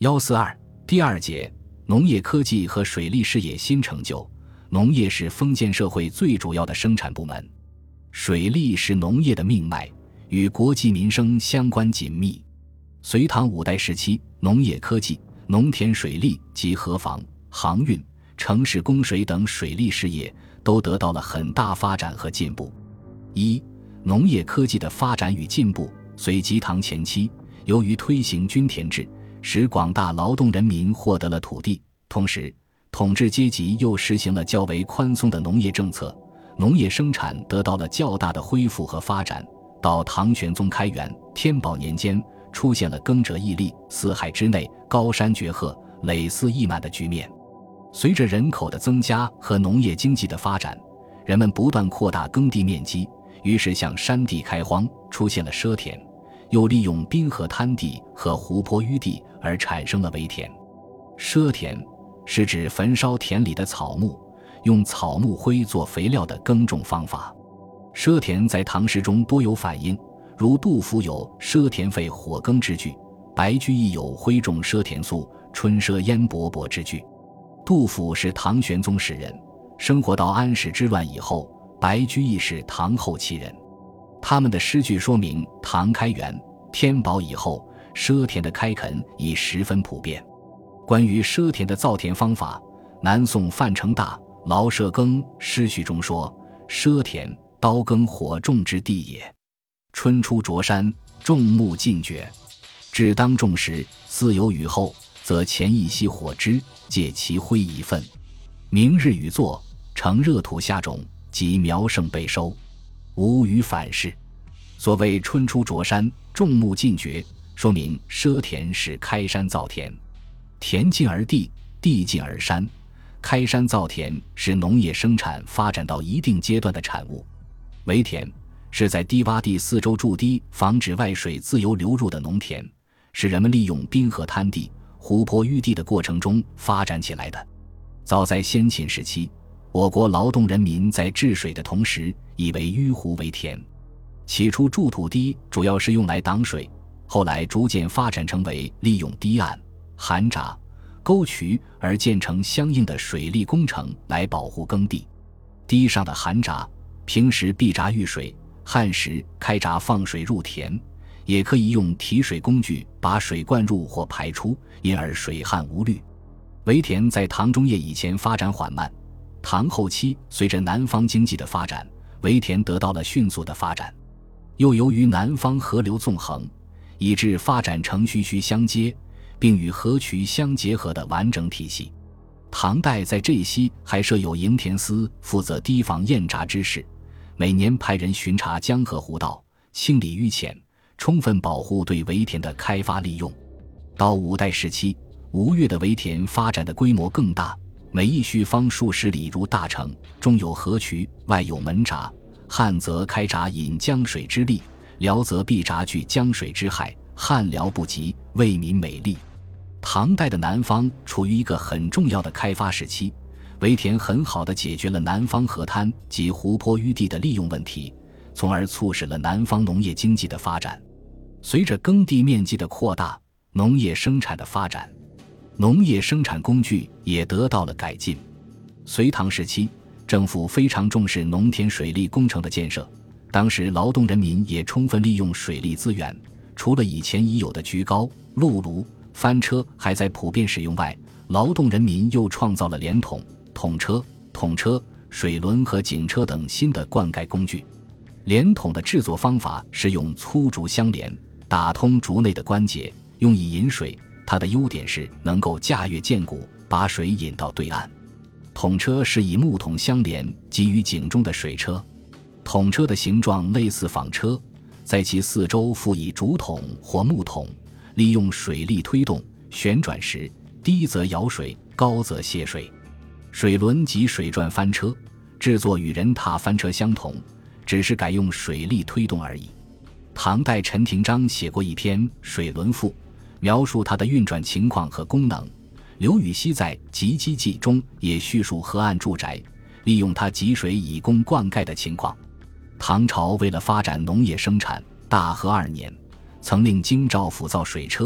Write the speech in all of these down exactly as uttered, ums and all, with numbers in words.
一四二第二节农业科技和水利事业新成就。农业是封建社会最主要的生产部门，水利是农业的命脉，与国计民生相关紧密。隋唐五代时期，农业科技、农田水利及河防、航运、城市供水等水利事业都得到了很大发展和进步。一、农业科技的发展与进步。隋及唐前期，由于推行均田制，使广大劳动人民获得了土地，同时统治阶级又实行了较为宽松的农业政策，农业生产得到了较大的恢复和发展。到唐玄宗开元、天宝年间，出现了耕者易力、四海之内高山绝壑、累丝溢满的局面。随着人口的增加和农业经济的发展，人们不断扩大耕地面积，于是向山地开荒，出现了赊田，又利用滨河滩地和湖泊淤地而产生了围田。赊田是指焚烧田里的草木，用草木灰做肥料的耕种方法。赊田在唐诗中多有反映，如杜甫有赊田废火耕之句，白居易有挥种赊田粟，春赊烟勃勃之句。杜甫是唐玄宗时人，生活到安史之乱以后，白居易是唐后期人。他们的诗句说明唐开元、天宝以后，赊田的开垦已十分普遍。关于赊田的造田方法，南宋范成大《劳赊耕》诗序中说：赊田，刀耕火种之地也。春初着山，众木尽绝，至当种时，似有雨后，则前一熄火之，借其灰一份。明日雨作，成热土下种，即苗盛备收，无雨反事。所谓春初着山，众木尽绝，说明赊田是开山造田。田尽而地，地尽而山，开山造田是农业生产发展到一定阶段的产物。围田是在低洼地四周筑堤，防止外水自由流入的农田，是人们利用滨河滩地、湖泊淤地的过程中发展起来的。早在先秦时期，我国劳动人民在治水的同时，以为淤湖为田。起初筑土堤主要是用来挡水，后来逐渐发展成为利用堤岸、涵闸、沟渠而建成相应的水利工程来保护耕地。堤上的涵闸平时闭闸御水，旱时开闸放水入田，也可以用提水工具把水灌入或排出，因而水旱无虑。围田在唐中叶以前发展缓慢，唐后期随着南方经济的发展，围田得到了迅速的发展。又由于南方河流纵横，以致发展成徐徐相接并与河渠相结合的完整体系。唐代在这一期还设有营田司，负责堤防堰闸之事，每年派人巡查江河湖道，清理淤浅，充分保护对围田的开发利用。到五代时期，吴越的围田发展的规模更大，每一须方数十里如大城，中有河渠，外有门闸。汉则开闸引江水之利，辽则闭闸拒江水之害，汉辽不及，为民美利。唐代的南方处于一个很重要的开发时期，围田很好地解决了南方河滩及湖泊淤地的利用问题，从而促使了南方农业经济的发展。随着耕地面积的扩大，农业生产的发展，农业生产工具也得到了改进。隋唐时期，政府非常重视农田水利工程的建设，当时劳动人民也充分利用水利资源，除了以前已有的橘高、辘轳、翻车还在普遍使用外，劳动人民又创造了连桶、桶车、桶车、水轮和井车等新的灌溉工具。连桶的制作方法是用粗竹相连，打通竹内的关节，用以引水，它的优点是能够驾驭剑骨，把水引到对岸。桶车是以木桶相连给予井中的水车，桶车的形状类似纺车，在其四周附以竹筒或木桶，利用水力推动，旋转时低则舀水，高则泄水。水轮及水转翻车制作与人踏翻车相同，只是改用水力推动而已。唐代陈廷章写过一篇《水轮赋》，描述它的运转情况和功能。刘禹锡在《集机记》中也叙述河岸住宅利用它集水以供灌溉的情况。唐朝为了发展农业生产，大和二年曾令京兆府造水车，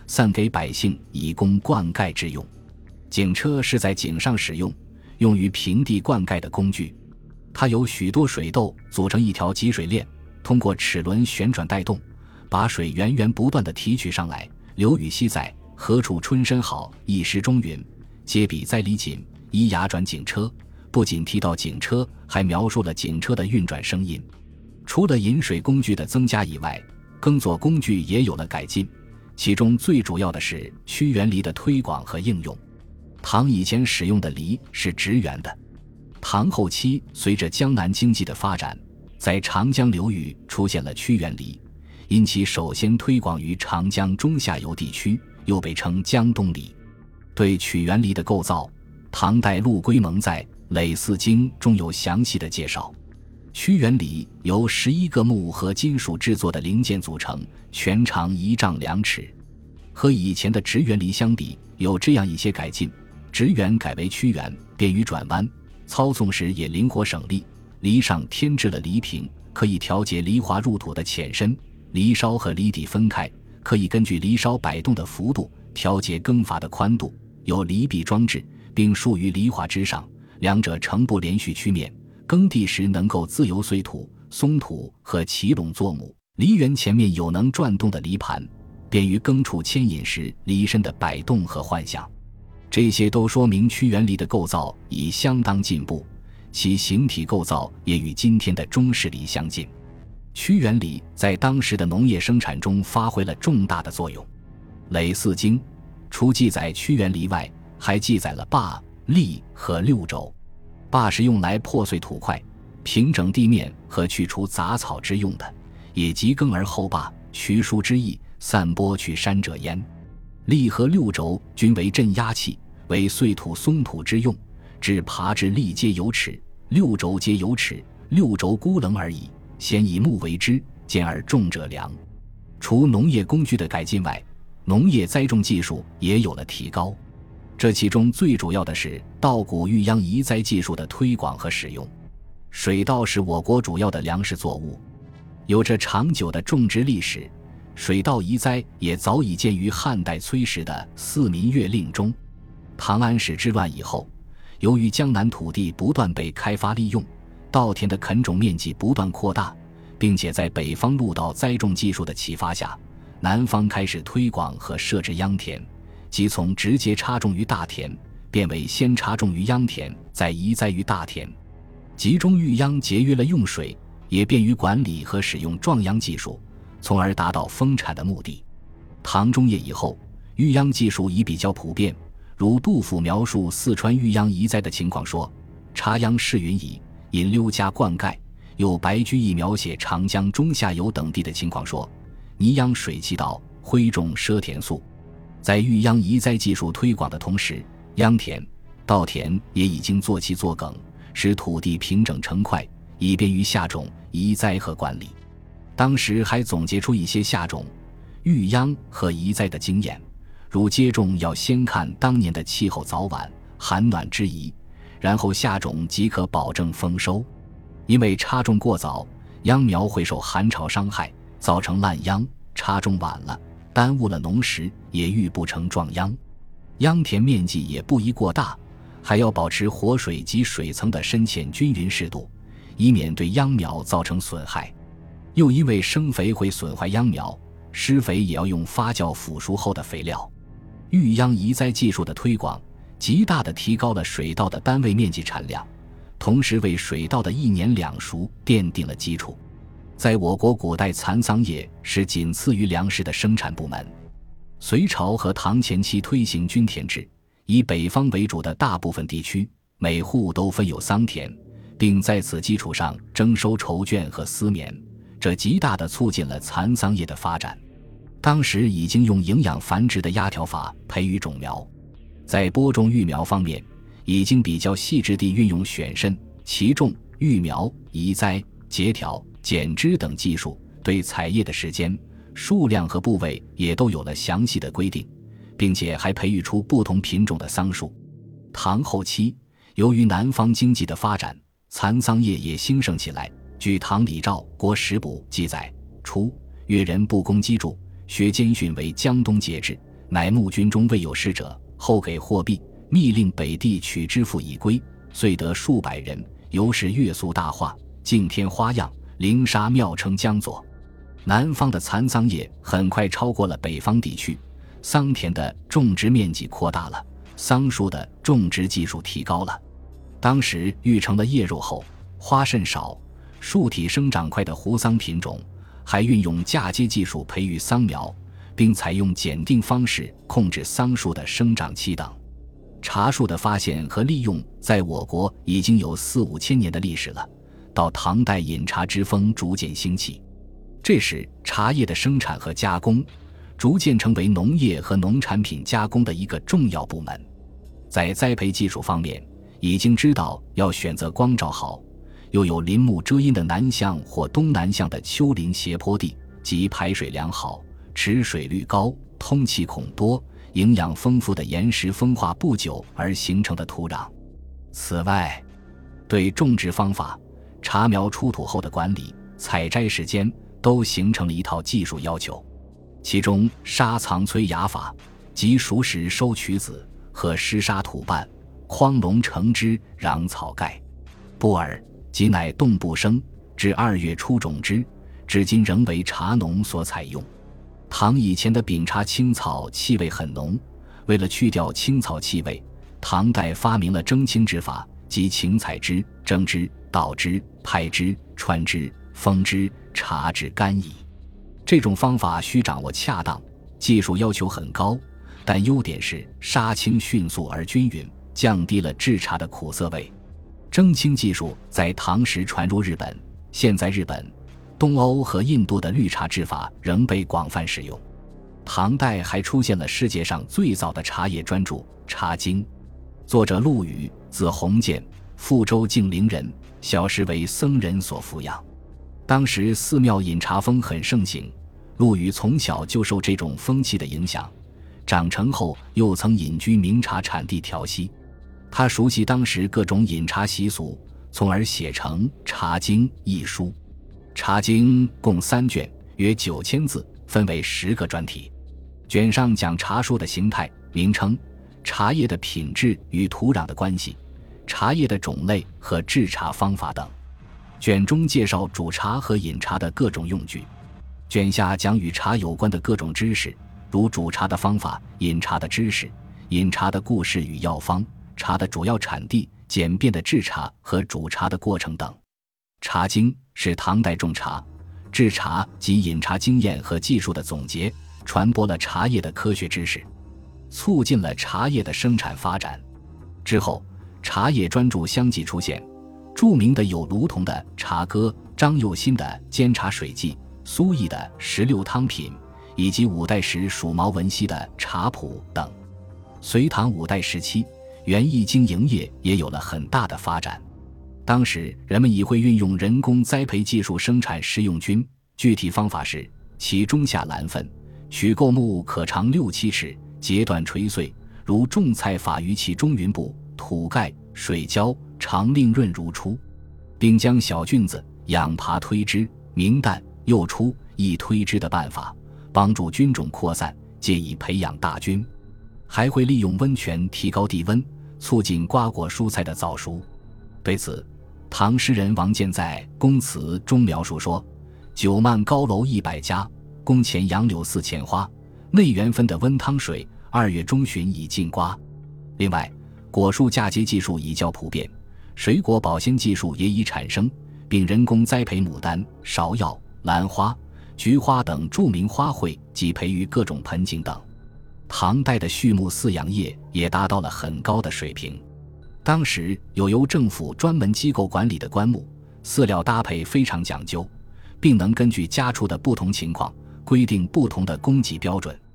散给百姓以供灌溉之用。井车是在井上使用，用于平地灌溉的工具。它由许多水斗组成一条集水链，通过齿轮旋转带动，把水源源不断地提取上来。刘禹锡在何处春深好一诗中云：接笔栽梨锦，依牙转井车。不仅提到井车，还描述了井车的运转声音。除了引水工具的增加以外，耕作工具也有了改进，其中最主要的是屈原犁的推广和应用。唐以前使用的犁是直圆的，唐后期随着江南经济的发展，在长江流域出现了屈原犁，因其首先推广于长江中下游地区，又被称江东犁。对曲原犁的构造，唐代陆龟蒙在《耒四经》中有详细的介绍。屈原犁由十一个木和金属制作的零件组成，全长一丈两尺。和以前的直圆犁相比，有这样一些改进：直圆改为曲圆，便于转弯，操纵时也灵活省力。犁上添置了犁瓶，可以调节犁滑入土的浅深。犁梢和犁底分开，可以根据犁梢摆动的幅度调节耕伐的宽度。有犁壁装置，并竖于犁滑之上，两者呈不连续曲面，耕地时能够自由碎土、松土和齐垄作母。犁园前面有能转动的犁盘，便于耕畜牵引时犁身的摆动和幻想。这些都说明屈原犁的构造已相当进步，其形体构造也与今天的中式犁相近。屈原犁在当时的农业生产中发挥了重大的作用。《耒四经》除记载屈原犁外，还记载了耙、砬和六轴。耙是用来破碎土块、平整地面和去除杂草之用的，也即耕而后耙，渠疏之意，散播去山者焉。砬和六轴均为镇压器，为碎土松土之用，至耙至砬皆有齿，六轴皆有齿，六轴孤棱而已。先以木为之，坚而重者良。除农业工具的改进外，农业栽种技术也有了提高。这其中最主要的是稻谷育秧移栽技术的推广和使用。水稻是我国主要的粮食作物，有着长久的种植历史。水稻移栽也早已见于汉代崔氏的《四民乐令》中。唐安史之乱以后，由于江南土地不断被开发利用，稻田的垦种面积不断扩大，并且在北方路稻栽种技术的启发下，南方开始推广和设置秧田，即从直接插种于大田变为先插种于秧田，再移栽于大田。集中育秧节约了用水，也便于管理和使用壮秧技术，从而达到丰产的目的。唐中叶以后，育秧技术已比较普遍，如杜甫描述四川育秧移栽的情况说：插秧试云矣，引溜加灌溉。有白居易描写长江中下游等地的情况说：泥秧水气道，灰种赊田粟。在育秧移栽技术推广的同时，秧田、稻田也已经做畦作梗，使土地平整成块，以便于下种、移栽和管理。当时还总结出一些下种、育秧和移栽的经验，如接种要先看当年的气候早晚、寒暖之宜，然后下种即可保证丰收。因为插种过早，秧苗会受寒潮伤害，造成烂秧；插种晚了，耽误了农时，也育不成壮秧。秧田面积也不宜过大，还要保持活水及水层的深浅均匀适度，以免对秧苗造成损害。又因为生肥会损坏秧苗，施肥也要用发酵腐熟后的肥料。育秧移栽技术的推广，极大地提高了水稻的单位面积产量，同时为水稻的一年两熟奠定了基础。在我国古代，蚕桑业是仅次于粮食的生产部门。隋朝和唐前期推行均田制，以北方为主的大部分地区，每户都分有桑田，并在此基础上征收绸绢和丝棉，这极大地促进了蚕桑业的发展。当时已经用营养繁殖的压条法培育种苗，在播种育苗方面，已经比较细致地运用选慎、齐种、育苗、移栽、结条、剪枝等技术，对采叶的时间、数量和部位也都有了详细的规定，并且还培育出不同品种的桑树。唐后期，由于南方经济的发展，蚕桑业也兴盛起来。据唐李肇《国史补》记载，初，越人不攻击筑，学监训为江东节制， 乃募军中未有使者，后给货币，密令北地取之复以归，遂得数百人，由是乐俗大化，敬天花样，灵沙庙称江左。南方的蚕桑业很快超过了北方地区，桑田的种植面积扩大了，桑树的种植技术提高了。当时育成了叶肉厚、花甚少、树体生长快的胡桑品种，还运用嫁接技术培育桑苗，并采用检定方式控制桑树的生长期等。茶树的发现和利用在我国已经有四五千年的历史了，到唐代饮茶之风逐渐兴起，这时茶叶的生产和加工逐渐成为农业和农产品加工的一个重要部门。在栽培技术方面，已经知道要选择光照好又有林木遮阴的南向或东南向的丘陵斜坡地，及排水良好、池水率高、通气孔多、营养丰富的岩石风化不久而形成的土壤。此外，对种植方法、茶苗出土后的管理、采摘时间都形成了一套技术要求。其中沙藏催芽法，即熟时收取子，和湿沙土拌，匡笼成枝，壤草盖。布尔即乃动不生，至二月初种之，至今仍为茶农所采用。唐以前的饼茶青草气味很浓，为了去掉青草气味，唐代发明了蒸青之法，即芹采之、蒸之、捣之、拍之、穿之、封之、茶至干矣。这种方法需掌握恰当，技术要求很高，但优点是杀青迅速而均匀，降低了制茶的苦涩味。蒸青技术在唐时传入日本，现在日本、东欧和印度的绿茶制法仍被广泛使用。唐代还出现了世界上最早的茶叶专著《茶经》，作者陆羽，字鸿渐，富州竟陵人，小时为僧人所抚养。当时寺庙饮茶风很盛行，陆羽从小就受这种风气的影响，长成后又曾隐居名茶产地调西。他熟悉当时各种饮茶习俗，从而写成《茶经》一书。《茶经》共三卷，约九千字，分为十个专题。卷上讲茶树的形态、名称、茶叶的品质与土壤的关系、茶叶的种类和制茶方法等。卷中介绍煮茶和饮茶的各种用具。卷下讲与茶有关的各种知识，如煮茶的方法、饮茶的知识、饮茶的故事与药方、茶的主要产地、简便的制茶和煮茶的过程等。茶经是唐代种茶、制茶及饮茶经验和技术的总结，传播了茶叶的科学知识，促进了茶叶的生产发展。之后，茶叶专著相继出现，著名的有卢仝的《茶歌》、张又新的《煎茶水记》、苏轶的《十六汤品》，以及五代时属毛文熙的《茶谱》等。隋唐五代时期，园艺经营业也有了很大的发展。当时人们已会运用人工栽培技术生产食用菌，具体方法是：其中下蓝粪，取构木可长六七尺，截断垂穗，如种菜法于其中云布，土盖，水浇，常令润如初，并将小菌子养爬推之，明旦又出易推之的办法，帮助菌种扩散，借以培养大菌。还会利用温泉提高地温，促进瓜果蔬菜的早熟。对此，唐诗人王建在《宫词》中描述说：九幔高楼一百家，宫前杨柳四千花，内园分的温汤水，二月中旬已尽瓜。另外，果树嫁接技术已较普遍，水果保鲜技术也已产生，并人工栽培牡丹、芍药、兰花、菊花等著名花卉及培育各种盆景等。唐代的畜牧饲养业也达到了很高的水平。当时有由政府专门机构管理的棺木，饲料搭配非常讲究，并能根据家畜的不同情况规定不同的供给标准。